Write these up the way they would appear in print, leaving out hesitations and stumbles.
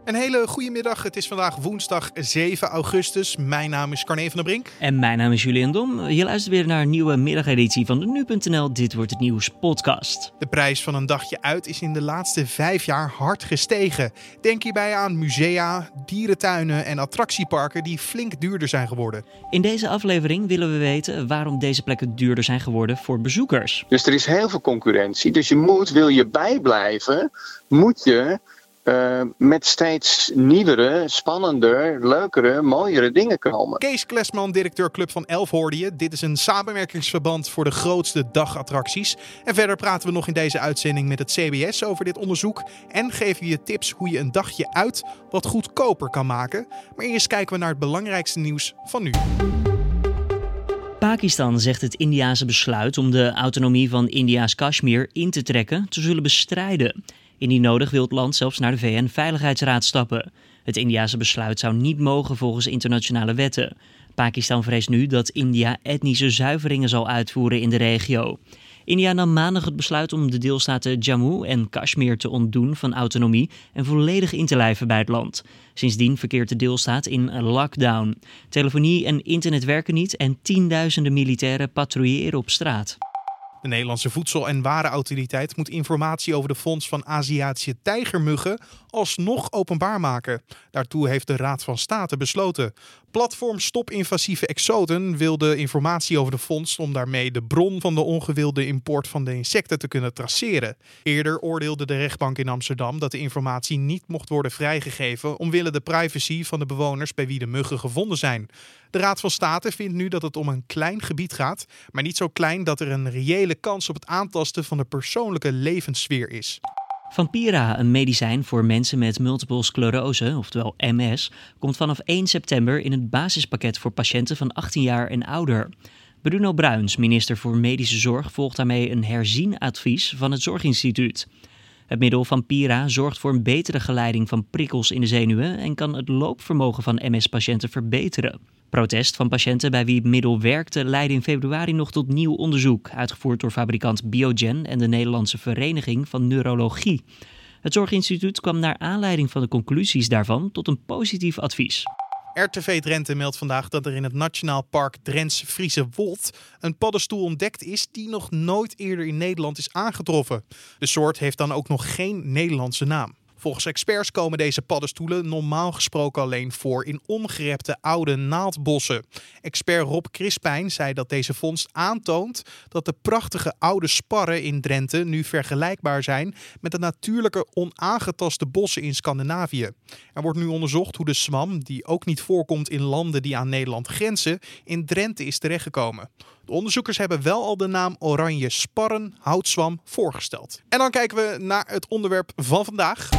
Een hele goede middag. Het is vandaag woensdag 7 augustus. Mijn naam is Carne van der Brink. En mijn naam is Julian Dom. Je luistert weer naar een nieuwe middageditie van de Nu.nl Dit Wordt Het Nieuws podcast. De prijs van een dagje uit is in de laatste 5 jaar hard gestegen. Denk hierbij aan musea, dierentuinen en attractieparken die flink duurder zijn geworden. In deze aflevering willen we weten waarom deze plekken duurder zijn geworden voor bezoekers. Dus er is heel veel concurrentie. Dus wil je bijblijven, moet je met steeds nieuwere, spannender, leukere, mooiere dingen komen. Kees Klesman, directeur Club van 11 hoorde je. Dit is een samenwerkingsverband voor de grootste dagattracties. En verder praten we nog in deze uitzending met het CBS over dit onderzoek. En geven we je tips hoe je een dagje uit wat goedkoper kan maken. Maar eerst kijken we naar het belangrijkste nieuws van nu. Pakistan zegt het Indiase besluit om de autonomie van India's Kashmir in te trekken te zullen bestrijden. Indien nodig wil het land zelfs naar de VN-veiligheidsraad stappen. Het Indiase besluit zou niet mogen volgens internationale wetten. Pakistan vreest nu dat India etnische zuiveringen zal uitvoeren in de regio. India nam maandag het besluit om de deelstaten Jammu en Kashmir te ontdoen van autonomie en volledig in te lijven bij het land. Sindsdien verkeert de deelstaat in lockdown. Telefonie en internet werken niet en tienduizenden militairen patrouilleren op straat. De Nederlandse Voedsel- en Warenautoriteit moet informatie over de vondst van Aziatische tijgermuggen alsnog openbaar maken. Daartoe heeft de Raad van State besloten. Platform Stop Invasieve Exoten wil de informatie over de vondst om daarmee de bron van de ongewilde import van de insecten te kunnen traceren. Eerder oordeelde de rechtbank in Amsterdam dat de informatie niet mocht worden vrijgegeven omwille de privacy van de bewoners bij wie de muggen gevonden zijn. De Raad van State vindt nu dat het om een klein gebied gaat, maar niet zo klein dat er een reële kans op het aantasten van de persoonlijke levenssfeer is. Vampira, een medicijn voor mensen met multiple sclerose, oftewel MS, komt vanaf 1 september in het basispakket voor patiënten van 18 jaar en ouder. Bruno Bruins, minister voor Medische Zorg, volgt daarmee een herzienadvies van het Zorginstituut. Het middel Vampira zorgt voor een betere geleiding van prikkels in de zenuwen en kan het loopvermogen van MS-patiënten verbeteren. Protest van patiënten bij wie het middel werkte leidde in februari nog tot nieuw onderzoek, uitgevoerd door fabrikant Biogen en de Nederlandse Vereniging van Neurologie. Het Zorginstituut kwam naar aanleiding van de conclusies daarvan tot een positief advies. RTV Drenthe meldt vandaag dat er in het Nationaal Park Drents Friese Wold een paddenstoel ontdekt is die nog nooit eerder in Nederland is aangetroffen. De soort heeft dan ook nog geen Nederlandse naam. Volgens experts komen deze paddenstoelen normaal gesproken alleen voor in ongerepte oude naaldbossen. Expert Rob Crispijn zei dat deze vondst aantoont dat de prachtige oude sparren in Drenthe nu vergelijkbaar zijn met de natuurlijke onaangetaste bossen in Scandinavië. Er wordt nu onderzocht hoe de zwam, die ook niet voorkomt in landen die aan Nederland grenzen, in Drenthe is terechtgekomen. De onderzoekers hebben wel al de naam oranje sparrenhoutzwam voorgesteld. En dan kijken we naar het onderwerp van vandaag.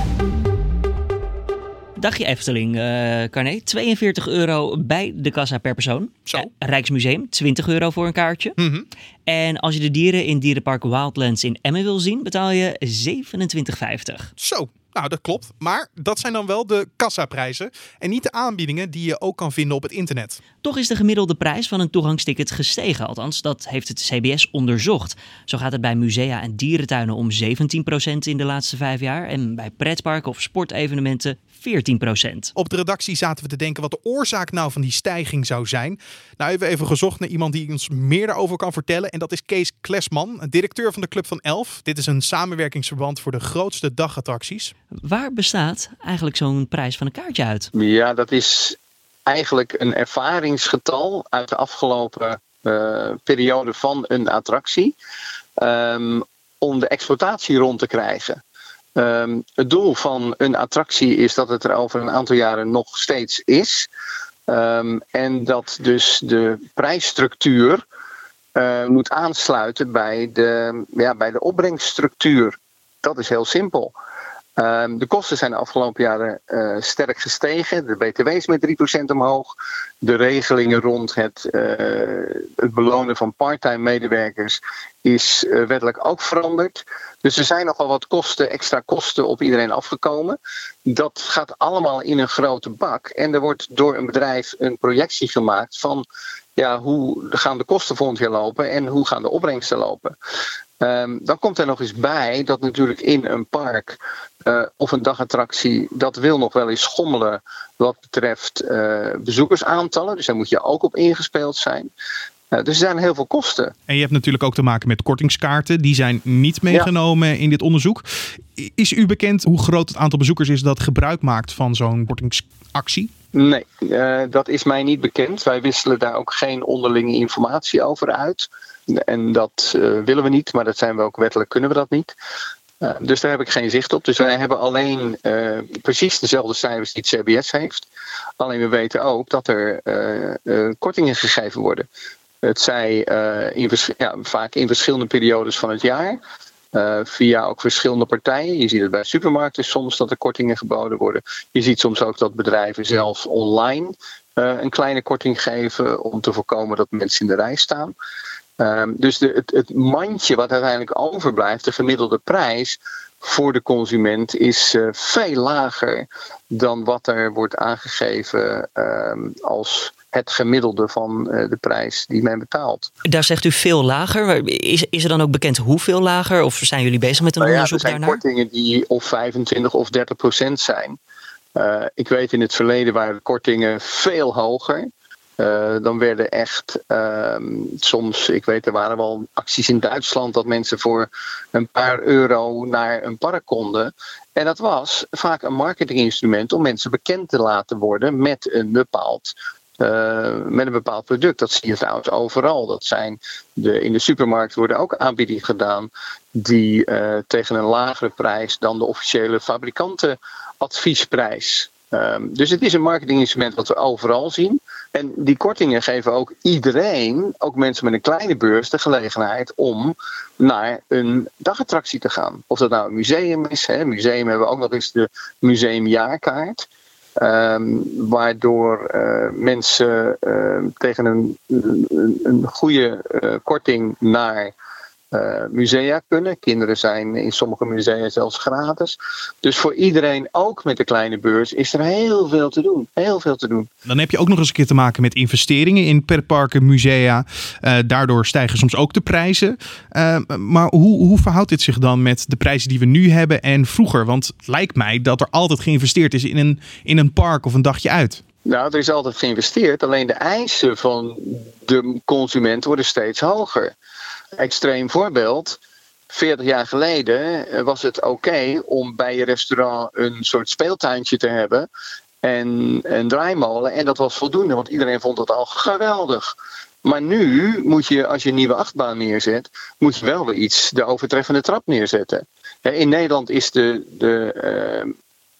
Dagje Efteling, Carne. €42 bij de kassa per persoon. Zo. Rijksmuseum, €20 voor een kaartje. En als je de dieren in dierenpark Wildlands in Emmen wil zien, betaal je €27,50. Zo. Nou, dat klopt. Maar dat zijn dan wel de kassaprijzen en niet de aanbiedingen die je ook kan vinden op het internet. Toch is de gemiddelde prijs van een toegangsticket gestegen. Althans, dat heeft het CBS onderzocht. Zo gaat het bij musea en dierentuinen om 17% in de laatste 5 jaar. En bij pretparken of sportevenementen 14%. Op de redactie zaten we te denken wat de oorzaak nou van die stijging zou zijn. Nou hebben we even gezocht naar iemand die ons meer daarover kan vertellen. En dat is Kees Klesman, directeur van de Club van 11. Dit is een samenwerkingsverband voor de grootste dagattracties. Waar bestaat eigenlijk zo'n prijs van een kaartje uit? Ja, dat is eigenlijk een ervaringsgetal uit de afgelopen periode van een attractie. Om de exploitatie rond te krijgen. Het doel van een attractie is dat het er over een aantal jaren nog steeds is. En dat dus de prijsstructuur moet aansluiten bij de opbrengststructuur. Dat is heel simpel. De kosten zijn de afgelopen jaren sterk gestegen. De BTW is met 3% omhoog. De regelingen rond het belonen van parttime medewerkers is wettelijk ook veranderd. Dus er zijn nogal wat extra kosten op iedereen afgekomen. Dat gaat allemaal in een grote bak. En er wordt door een bedrijf een projectie gemaakt van hoe gaan de kosten volgend jaar lopen en hoe gaan de opbrengsten lopen. Dan komt er nog eens bij dat natuurlijk in een park of een dagattractie, dat wil nog wel eens schommelen wat betreft bezoekersaantallen. Dus daar moet je ook op ingespeeld zijn. Dus er zijn heel veel kosten. En je hebt natuurlijk ook te maken met kortingskaarten. Die zijn niet meegenomen in dit onderzoek. Is u bekend hoe groot het aantal bezoekers is dat gebruik maakt van zo'n kortingsactie? Nee, dat is mij niet bekend. Wij wisselen daar ook geen onderlinge informatie over uit. En dat willen we niet, maar dat zijn we ook wettelijk, kunnen we dat niet. Dus daar heb ik geen zicht op. Dus wij hebben alleen precies dezelfde cijfers die het CBS heeft. Alleen we weten ook dat er kortingen gegeven worden. Het zij vaak in verschillende periodes van het jaar. Via ook verschillende partijen. Je ziet het bij supermarkten soms dat er kortingen geboden worden. Je ziet soms ook dat bedrijven zelfs online een kleine korting geven om te voorkomen dat mensen in de rij staan. Dus het mandje wat uiteindelijk overblijft, de gemiddelde prijs voor de consument, is veel lager dan wat er wordt aangegeven als het gemiddelde van de prijs die men betaalt. Daar zegt u veel lager. Is er dan ook bekend hoeveel lager? Of zijn jullie bezig met een onderzoek daarnaar? Er zijn kortingen die of 25 of 30% zijn. Ik weet in het verleden waren de kortingen veel hoger. Dan werden echt soms, ik weet er waren wel acties in Duitsland dat mensen voor een paar euro naar een park konden. En dat was vaak een marketinginstrument om mensen bekend te laten worden met een bepaald product. Dat zie je trouwens overal. Dat zijn in de supermarkt worden ook aanbiedingen gedaan die tegen een lagere prijs dan de officiële fabrikantenadviesprijs. Dus het is een marketinginstrument wat we overal zien. En die kortingen geven ook iedereen, ook mensen met een kleine beurs, de gelegenheid om naar een dagattractie te gaan. Of dat nou een museum is. Een museum hebben we ook nog eens de museumjaarkaart. Waardoor mensen tegen een goede korting naar musea kunnen. Kinderen zijn in sommige musea zelfs gratis. Dus voor iedereen, ook met de kleine beurs, is er heel veel te doen. Heel veel te doen. Dan heb je ook nog eens een keer te maken met investeringen in pretparken, musea. Daardoor stijgen soms ook de prijzen. Maar hoe verhoudt dit zich dan met de prijzen die we nu hebben en vroeger? Want het lijkt mij dat er altijd geïnvesteerd is in een park of een dagje uit. Nou, er is altijd geïnvesteerd. Alleen de eisen van de consument worden steeds hoger. Extreem voorbeeld. 40 jaar geleden was het oké om bij je restaurant een soort speeltuintje te hebben. En een draaimolen. En dat was voldoende, want iedereen vond het al geweldig. Maar nu moet je, als je een nieuwe achtbaan neerzet, moet je wel weer de overtreffende trap neerzetten. In Nederland is de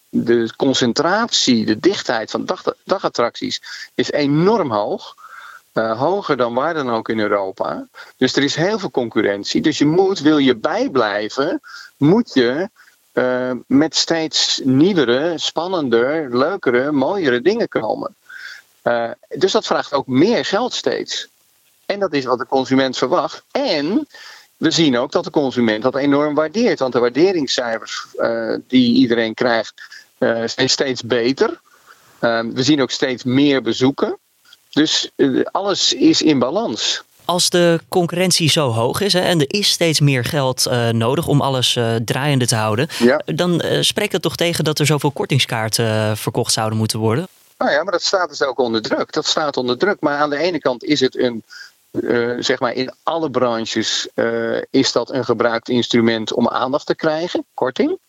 concentratie, de dichtheid van dagattracties is enorm hoog. Hoger dan waar dan ook in Europa. Dus er is heel veel concurrentie. Dus wil je bijblijven, moet je met steeds nieuwere, spannender, leukere, mooiere dingen komen. Dus dat vraagt ook meer geld steeds. En dat is wat de consument verwacht. En we zien ook dat de consument dat enorm waardeert. Want de waarderingscijfers die iedereen krijgt zijn steeds beter. We zien ook steeds meer bezoeken. Dus alles is in balans. Als de concurrentie zo hoog is en er is steeds meer geld nodig om alles draaiende te houden, dan spreekt dat toch tegen dat er zoveel kortingskaarten verkocht zouden moeten worden? Nou ja, maar dat staat dus ook onder druk. Dat staat onder druk. Maar aan de ene kant is het zeg maar in alle branches is dat een gebruikt instrument om aandacht te krijgen, korting.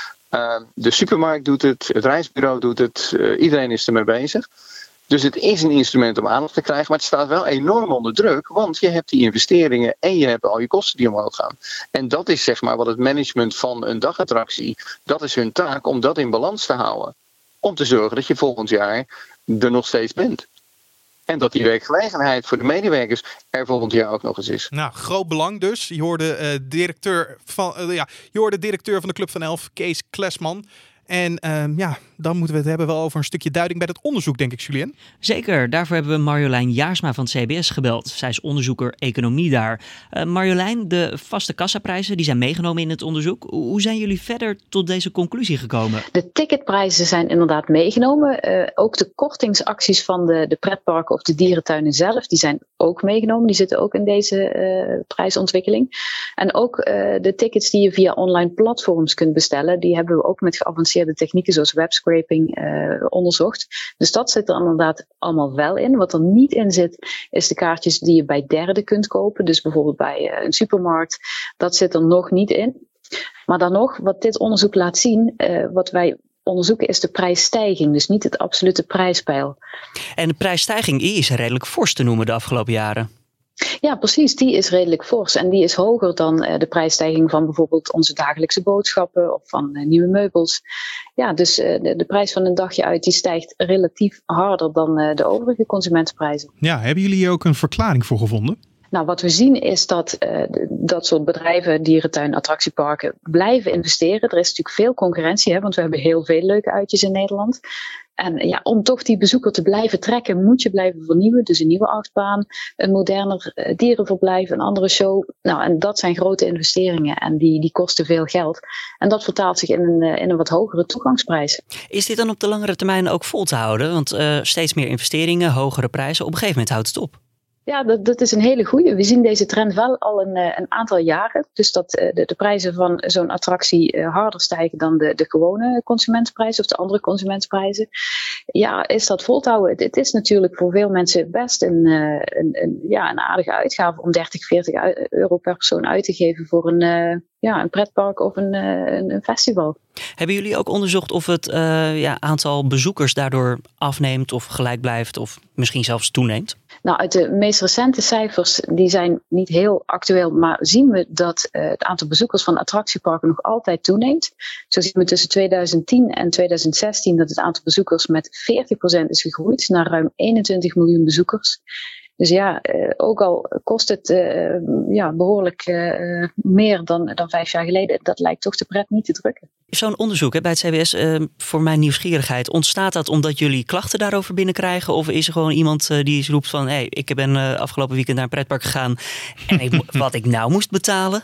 De supermarkt doet het reisbureau doet het, iedereen is ermee bezig. Dus het is een instrument om aandacht te krijgen, maar het staat wel enorm onder druk, want je hebt die investeringen en je hebt al je kosten die omhoog gaan. En dat is zeg maar wat het management van een dagattractie, dat is hun taak om dat in balans te houden. Om te zorgen dat je volgend jaar er nog steeds bent. En dat die werkgelegenheid voor de medewerkers er volgend jaar ook nog eens is. Nou, groot belang dus. Je hoorde directeur van de Club van 11, Kees Klesman. En dan moeten we het hebben wel over een stukje duiding bij het onderzoek, denk ik, Julien. Zeker, daarvoor hebben we Marjolein Jaarsma van het CBS gebeld. Zij is onderzoeker economie daar. Marjolein, de vaste kassaprijzen die zijn meegenomen in het onderzoek. Hoe zijn jullie verder tot deze conclusie gekomen? De ticketprijzen zijn inderdaad meegenomen. Ook de kortingsacties van de pretparken of de dierentuinen zelf, die zijn ook meegenomen. Die zitten ook in deze prijsontwikkeling. En ook de tickets die je via online platforms kunt bestellen, die hebben we ook met geavanceerde technieken zoals webscraping onderzocht. Dus dat zit er inderdaad allemaal wel in. Wat er niet in zit, is de kaartjes die je bij derden kunt kopen. Dus bijvoorbeeld bij een supermarkt. Dat zit er nog niet in. Maar dan nog, wat dit onderzoek laat zien, wat wij onderzoeken is de prijsstijging. Dus niet het absolute prijspeil. En de prijsstijging is redelijk fors te noemen de afgelopen jaren. Ja, precies. Die is redelijk fors. En die is hoger dan de prijsstijging van bijvoorbeeld onze dagelijkse boodschappen of van nieuwe meubels. Ja, dus de prijs van een dagje uit die stijgt relatief harder dan de overige consumentenprijzen. Ja, hebben jullie hier ook een verklaring voor gevonden? Nou, wat we zien is dat dat soort bedrijven, dierentuin, attractieparken, blijven investeren. Er is natuurlijk veel concurrentie, want we hebben heel veel leuke uitjes in Nederland. En ja, om toch die bezoeker te blijven trekken, moet je blijven vernieuwen. Dus een nieuwe achtbaan, een moderner dierenverblijf, een andere show. Nou, en dat zijn grote investeringen en die kosten veel geld. En dat vertaalt zich in een wat hogere toegangsprijs. Is dit dan op de langere termijn ook vol te houden? Want steeds meer investeringen, hogere prijzen, op een gegeven moment houdt het op. Ja, dat is een hele goeie. We zien deze trend wel al een aantal jaren. Dus dat de prijzen van zo'n attractie harder stijgen dan de gewone consumentenprijzen of de andere consumentenprijzen. Ja, is dat vol te houden? Het is natuurlijk voor veel mensen best een aardige uitgave om 30, 40 euro per persoon uit te geven voor een pretpark of een festival. Hebben jullie ook onderzocht of het aantal bezoekers daardoor afneemt of gelijk blijft of misschien zelfs toeneemt? Nou, uit de meest recente cijfers, die zijn niet heel actueel, maar zien we dat het aantal bezoekers van attractieparken nog altijd toeneemt. Zo zien we tussen 2010 en 2016 dat het aantal bezoekers met 40% is gegroeid naar ruim 21 miljoen bezoekers. Dus ja, ook al kost het behoorlijk meer dan 5 jaar geleden, dat lijkt toch de pret niet te drukken. Zo'n onderzoek bij het CBS, voor mijn nieuwsgierigheid, ontstaat dat omdat jullie klachten daarover binnenkrijgen? Of is er gewoon iemand die roept van, ik ben afgelopen weekend naar een pretpark gegaan en wat ik nou moest betalen?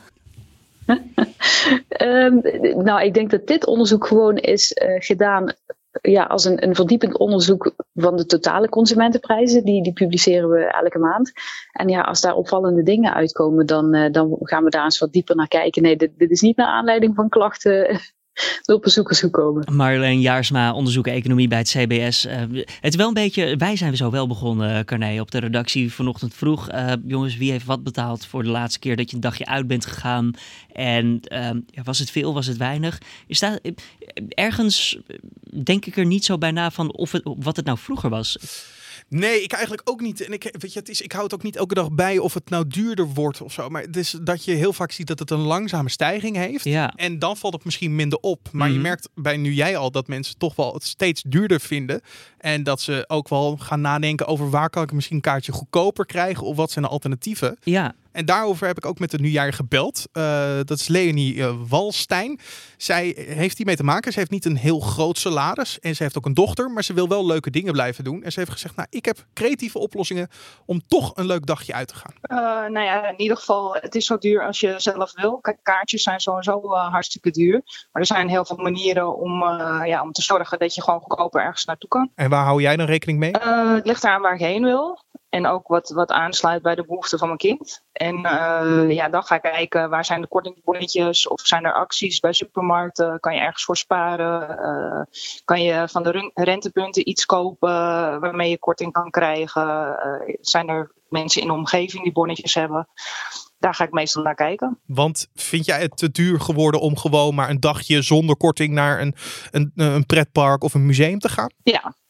Nou, ik denk dat dit onderzoek gewoon is gedaan als een verdiepend onderzoek van de totale consumentenprijzen. Die publiceren we elke maand. En ja, als daar opvallende dingen uitkomen, dan gaan we daar eens wat dieper naar kijken. Nee, dit is niet naar aanleiding van klachten door bezoekers gekomen. Marjolein Jaarsma, onderzoeker economie bij het CBS. Het is wel een beetje, wij zijn zo wel begonnen, Carné, op de redactie vanochtend vroeg. Jongens, wie heeft wat betaald voor de laatste keer dat je een dagje uit bent gegaan? En was het veel, was het weinig? Is dat, ergens denk ik er niet zo bij na van wat het nou vroeger was. Nee, ik eigenlijk ook niet. En ik hou het ook niet elke dag bij of het nou duurder wordt of zo. Maar het is dat je heel vaak ziet dat het een langzame stijging heeft. Ja. En dan valt het misschien minder op. Maar je merkt bij Nu Jij Al dat mensen toch wel het steeds duurder vinden. En dat ze ook wel gaan nadenken over waar kan ik misschien een kaartje goedkoper krijgen. Of wat zijn de alternatieven. Ja. En daarover heb ik ook met de nieuwjaar gebeld. Dat is Leonie Walstein. Zij heeft hiermee te maken. Ze heeft niet een heel groot salaris. En ze heeft ook een dochter. Maar ze wil wel leuke dingen blijven doen. En ze heeft gezegd, ik heb creatieve oplossingen om toch een leuk dagje uit te gaan. In ieder geval, het is zo duur als je zelf wil. Kijk, kaartjes zijn sowieso hartstikke duur. Maar er zijn heel veel manieren om te zorgen dat je gewoon goedkoper ergens naartoe kan. En waar hou jij dan rekening mee? Het ligt eraan waar ik heen wil. En ook wat aansluit bij de behoeften van mijn kind. En dan ga ik kijken, waar zijn de kortingbonnetjes? Of zijn er acties bij supermarkten? Kan je ergens voor sparen? Kan je van de rentepunten iets kopen waarmee je korting kan krijgen? Zijn er mensen in de omgeving die bonnetjes hebben? Daar ga ik meestal naar kijken. Want vind jij het te duur geworden om gewoon maar een dagje zonder korting naar een pretpark of een museum te gaan? Ja.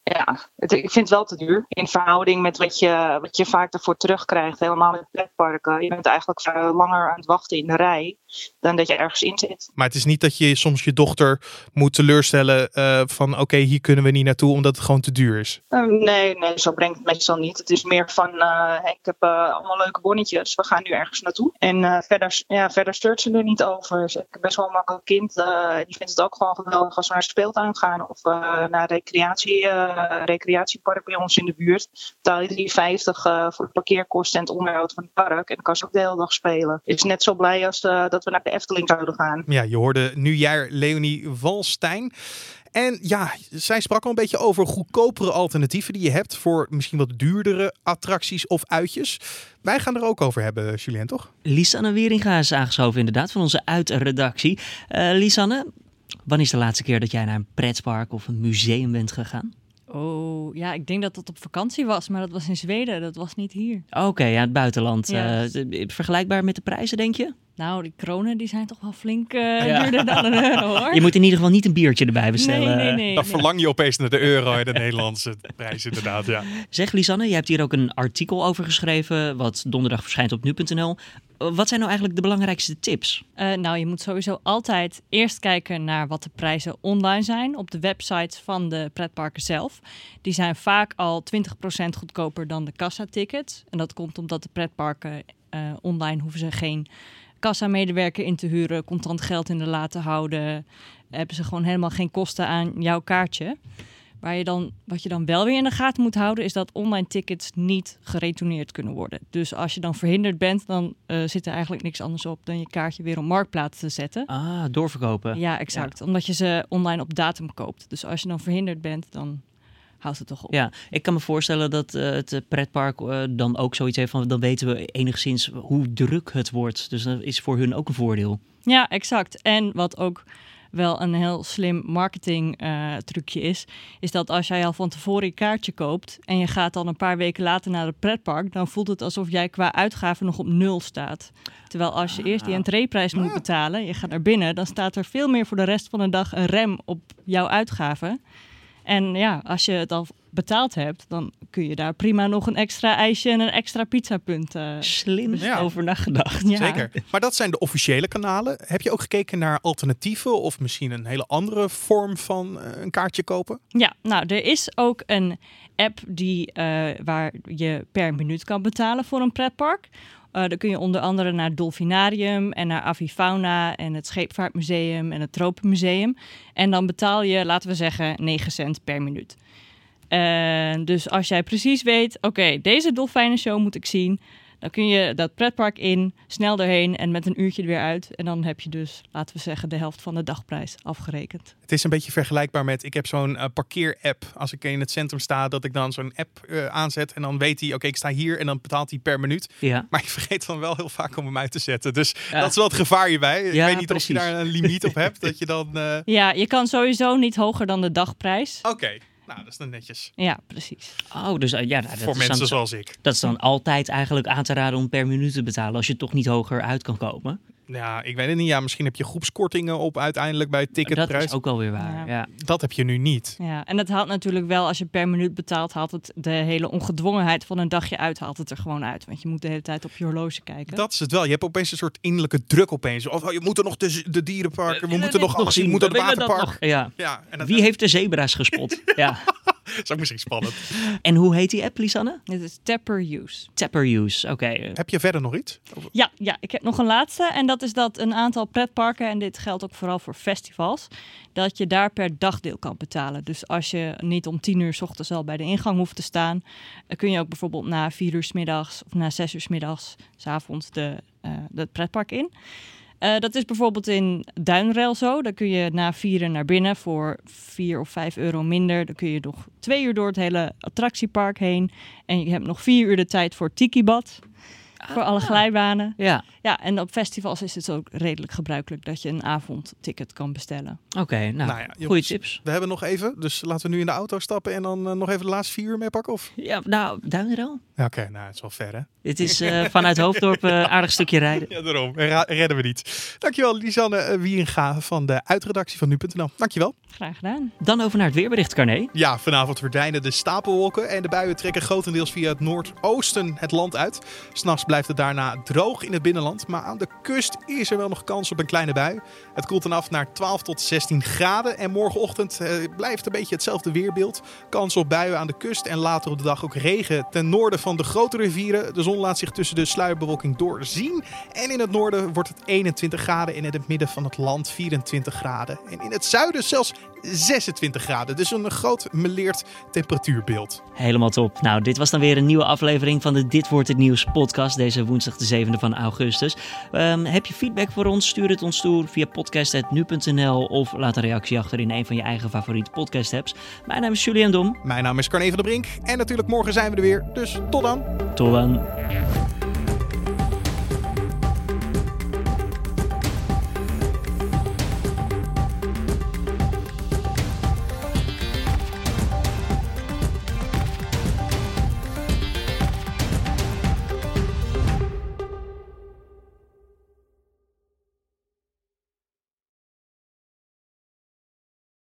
Ik vind het wel te duur. In verhouding met wat je vaak ervoor terugkrijgt. Helemaal met pretparken. Je bent eigenlijk langer aan het wachten in de rij. Dan dat je ergens in zit. Maar het is niet dat je soms je dochter moet teleurstellen van oké, hier kunnen we niet naartoe omdat het gewoon te duur is. Nee, zo brengt het meestal niet. Het is meer van, ik heb allemaal leuke bonnetjes. We gaan nu ergens naartoe. En verder stuurt ze er niet over. Dus ik heb best wel een makkelijk kind. Die vindt het ook gewoon geweldig als we naar de speeltuin gaan. Of naar recreatiepark bij ons in de buurt. Betaal je €3,50 voor de parkeerkosten en het onderhoud van het park. En dan kan ze ook de hele dag spelen. Is net zo blij als dat we naar de Efteling zouden gaan. Ja, je hoorde nieuwjaar Leonie Walstein. En ja, zij sprak al een beetje over goedkopere alternatieven die je hebt voor misschien wat duurdere attracties of uitjes. Wij gaan er ook over hebben, Julien, toch? Lisanne Wieringa is aangeschoven inderdaad van onze uitredactie. Lisanne, wanneer is de laatste keer dat jij naar een pretpark of een museum bent gegaan? Oh, ja, ik denk dat dat op vakantie was, maar dat was in Zweden, dat was niet hier. Oké, het buitenland. Ja. Vergelijkbaar met de prijzen, denk je? Nou, die kronen die zijn toch wel flink duurder dan €1, hoor. Je moet in ieder geval niet een biertje erbij bestellen. Nee. Dan verlang je opeens naar de euro en de Nederlandse prijs inderdaad, ja. Zeg Lisanne, je hebt hier ook een artikel over geschreven, wat donderdag verschijnt op nu.nl. Wat zijn nou eigenlijk de belangrijkste tips? Nou, je moet sowieso altijd eerst kijken naar wat de prijzen online zijn op de websites van de pretparken zelf. Die zijn vaak al 20% goedkoper dan de kassatickets. En dat komt omdat de pretparken online hoeven ze geen kassamedewerker in te huren, contant geld in de la te houden. Hebben ze gewoon helemaal geen kosten aan jouw kaartje. Wat je dan wel weer in de gaten moet houden, is dat online tickets niet geretourneerd kunnen worden. Dus als je dan verhinderd bent, dan zit er eigenlijk niks anders op dan je kaartje weer op Marktplaats te zetten. Ah, doorverkopen. Ja, exact. Ja. Omdat je ze online op datum koopt. Dus als je dan verhinderd bent, dan houdt het toch op. Ja, ik kan me voorstellen dat het pretpark dan ook zoiets heeft van, dan weten we enigszins hoe druk het wordt. Dus dat is voor hun ook een voordeel. Ja, exact. En wat ook wel een heel slim marketing trucje is dat als jij al van tevoren je kaartje koopt en je gaat dan een paar weken later naar het pretpark, dan voelt het alsof jij qua uitgaven nog op 0 staat. Terwijl als je eerst die entreeprijs moet betalen, je gaat naar binnen, dan staat er veel meer voor de rest van de dag een rem op jouw uitgaven. En ja, als je het al betaald hebt, dan kun je daar prima nog een extra ijsje en een extra pizzapunt. Slim over nagedacht. Ja. Zeker. Maar dat zijn de officiële kanalen. Heb je ook gekeken naar alternatieven of misschien een hele andere vorm van een kaartje kopen? Ja, nou, er is ook een app waar je per minuut kan betalen voor een pretpark. Dan kun je onder andere naar het Dolfinarium en naar Avifauna en het Scheepvaartmuseum en het Tropenmuseum. En dan betaal je, laten we zeggen, 9 cent per minuut. Dus als jij precies weet, oké, deze dolfijnenshow moet ik zien, dan kun je dat pretpark in, snel erheen en met een uurtje er weer uit. En dan heb je dus, laten we zeggen, de helft van de dagprijs afgerekend. Het is een beetje vergelijkbaar met, ik heb zo'n parkeer-app. Als ik in het centrum sta, dat ik dan zo'n app aanzet. En dan weet hij, oké, ik sta hier en dan betaalt hij per minuut. Ja. Maar je vergeet dan wel heel vaak om hem uit te zetten. Dus dat is wel het gevaar hierbij. Ik weet niet of je daar een limiet op hebt. Dat je dan... Ja, je kan sowieso niet hoger dan de dagprijs. Oké. Nou, dat is dan netjes. Ja, precies. Oh, dus dat voor is mensen dan, zoals ik. Dat is dan altijd eigenlijk aan te raden om per minuut te betalen als je toch niet hoger uit kan komen. Ja, ik weet het niet. Ja, misschien heb je groepskortingen op uiteindelijk bij ticketprijs. Dat is ook wel weer waar. Ja. Dat heb je nu niet. Ja, en dat haalt natuurlijk wel, als je per minuut betaalt, haalt het de hele ongedwongenheid van een dagje uit, haalt het er gewoon uit. Want je moet de hele tijd op je horloge kijken. Dat is het wel. Je hebt opeens een soort innerlijke druk opeens. Of je moet er nog de dierenparken, we moeten nog zien, we moeten het waterpark. Ja. Ja, en wie heeft de zebra's gespot? Ja. Dat is ook misschien spannend. En hoe heet die app, Lisanne? Dit is Tapper Use. Tapper Use, oké. Heb je verder nog iets? Ja, ik heb nog een laatste. En dat is dat een aantal pretparken, en dit geldt ook vooral voor festivals, dat je daar per dagdeel kan betalen. Dus als je niet om 10 uur 's ochtends al bij de ingang hoeft te staan, dan kun je ook bijvoorbeeld na 4 uur 's middags of na 6 uur 's middags 's avonds het pretpark in. Dat is bijvoorbeeld in Duinrail zo. Dan kun je na 4 naar binnen voor 4 of 5 euro minder. Dan kun je nog 2 uur door het hele attractiepark heen. En je hebt nog 4 uur de tijd voor Tiki-bad. voor alle glijbanen. Ja. Ja, en op festivals is het ook redelijk gebruikelijk dat je een avondticket kan bestellen. Oké, goede tips. We hebben nog even, dus laten we nu in de auto stappen en dan nog even de laatste 4 uur meepakken, of? Ja, Duinrel. Oké, het is wel ver, hè? Dit is vanuit Hoofddorp een aardig stukje rijden. Ja, daarom. Redden we niet. Dankjewel, Lisanne Wieringa van de uitredactie van nu.nl. Dankjewel. Graag gedaan. Dan over naar het weerbericht, Carné. Ja, vanavond verdwijnen de stapelwolken en de buien trekken grotendeels via het noordoosten het land uit. 'S Nachts blijft het daarna droog in het binnenland, maar aan de kust is er wel nog kans op een kleine bui. Het koelt dan af naar 12 tot 16 graden en morgenochtend blijft een beetje hetzelfde weerbeeld. Kans op buien aan de kust en later op de dag ook regen ten noorden van de grote rivieren. De zon laat zich tussen de sluierbewolking doorzien en in het noorden wordt het 21 graden en in het midden van het land 24 graden. En in het zuiden zelfs 26 graden. Dus een groot meleerd temperatuurbeeld. Helemaal top. Nou, dit was dan weer een nieuwe aflevering van de Dit Wordt Het Nieuws podcast. Deze woensdag de 7e van augustus. Heb je feedback voor ons? Stuur het ons toe via podcast@nu.nl of laat een reactie achter in een van je eigen favoriete podcast apps. Mijn naam is Julian Dom. Mijn naam is Carne van der Brink. En natuurlijk morgen zijn we er weer. Dus tot dan. Tot dan.